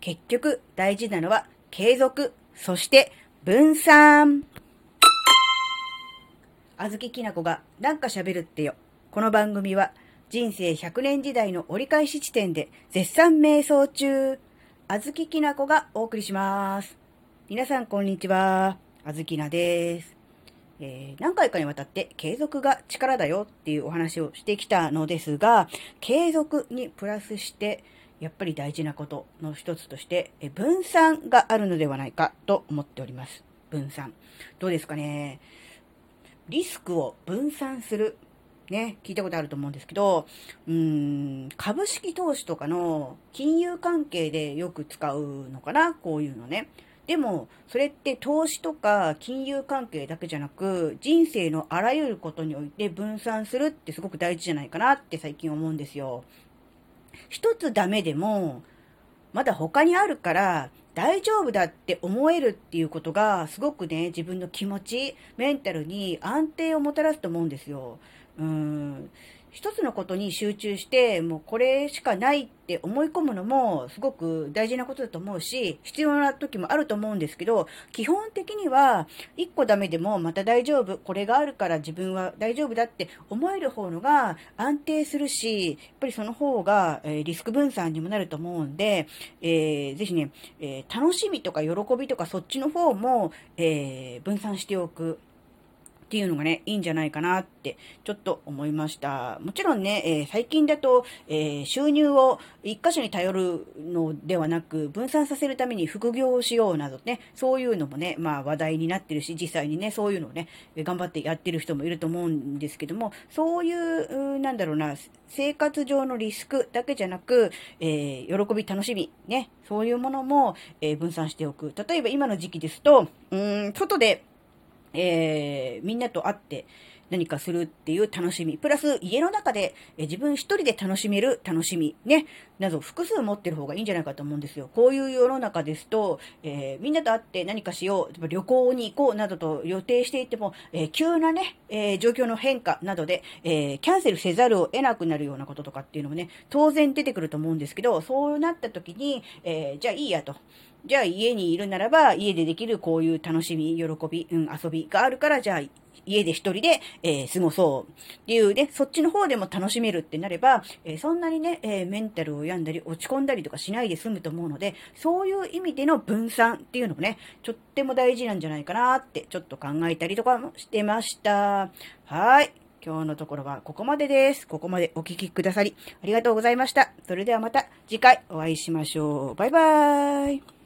結局大事なのは継続、そして分散。あずききなこがなんか喋るってよ。この番組は人生100年時代の折り返し地点で絶賛瞑想中、あずききなこがお送りします。皆さんこんにちは。あずきなです。何回かにわたって継続が力だよっていうお話をしてきたのですが、継続にプラスしてやっぱり大事なことの一つとして分散があるのではないかと思っております。分散。どうですかね。リスクを分散する。ね、聞いたことあると思うんですけど、株式投資とかの金融関係でよく使うのかな、こういうのね。でも、それって投資とか金融関係だけじゃなく、人生のあらゆることにおいて分散するってすごく大事じゃないかなって最近思うんですよ。一つダメでも、まだ他にあるから大丈夫だって思えるっていうことがすごくね、自分の気持ち、メンタルに安定をもたらすと思うんですよ。一つのことに集中して、もうこれしかないって思い込むのもすごく大事なことだと思うし、必要な時もあると思うんですけど、基本的には一個ダメでもまた大丈夫、これがあるから自分は大丈夫だって思える方のが安定するし、やっぱりその方がリスク分散にもなると思うんで、ぜひね、楽しみとか喜びとかそっちの方も、分散しておく。っていうのがね、いいんじゃないかなってちょっと思いました。もちろんね、最近だと、収入を一箇所に頼るのではなく、分散させるために副業をしようなどね、そういうのもね、まあ話題になってるし、実際にね、そういうのをね、頑張ってやってる人もいると思うんですけども、そういう、なんだろうな、生活上のリスクだけじゃなく、喜び、楽しみ、ね、そういうものも、分散しておく。例えば今の時期ですと、外でみんなと会って何かするっていう楽しみ。プラス家の中で、自分一人で楽しめる楽しみ。ね。など複数持ってる方がいいんじゃないかと思うんですよ。こういう世の中ですと、みんなと会って何かしよう。旅行に行こうなどと予定していても、急なね、状況の変化などで、キャンセルせざるを得なくなるようなこととかっていうのもね、当然出てくると思うんですけど、そうなった時に、じゃあいいやと。じゃあ家にいるならば、家でできるこういう楽しみ、喜び、遊びがあるから、じゃあ家で一人で、過ごそうっていうね、そっちの方でも楽しめるってなれば、そんなにね、メンタルを病んだり落ち込んだりとかしないで済むと思うので、そういう意味での分散っていうのもね、とっても大事なんじゃないかなってちょっと考えたりとかもしてました。はい。今日のところはここまでです。ここまでお聞きくださりありがとうございました。それではまた次回お会いしましょう。バイバーイ。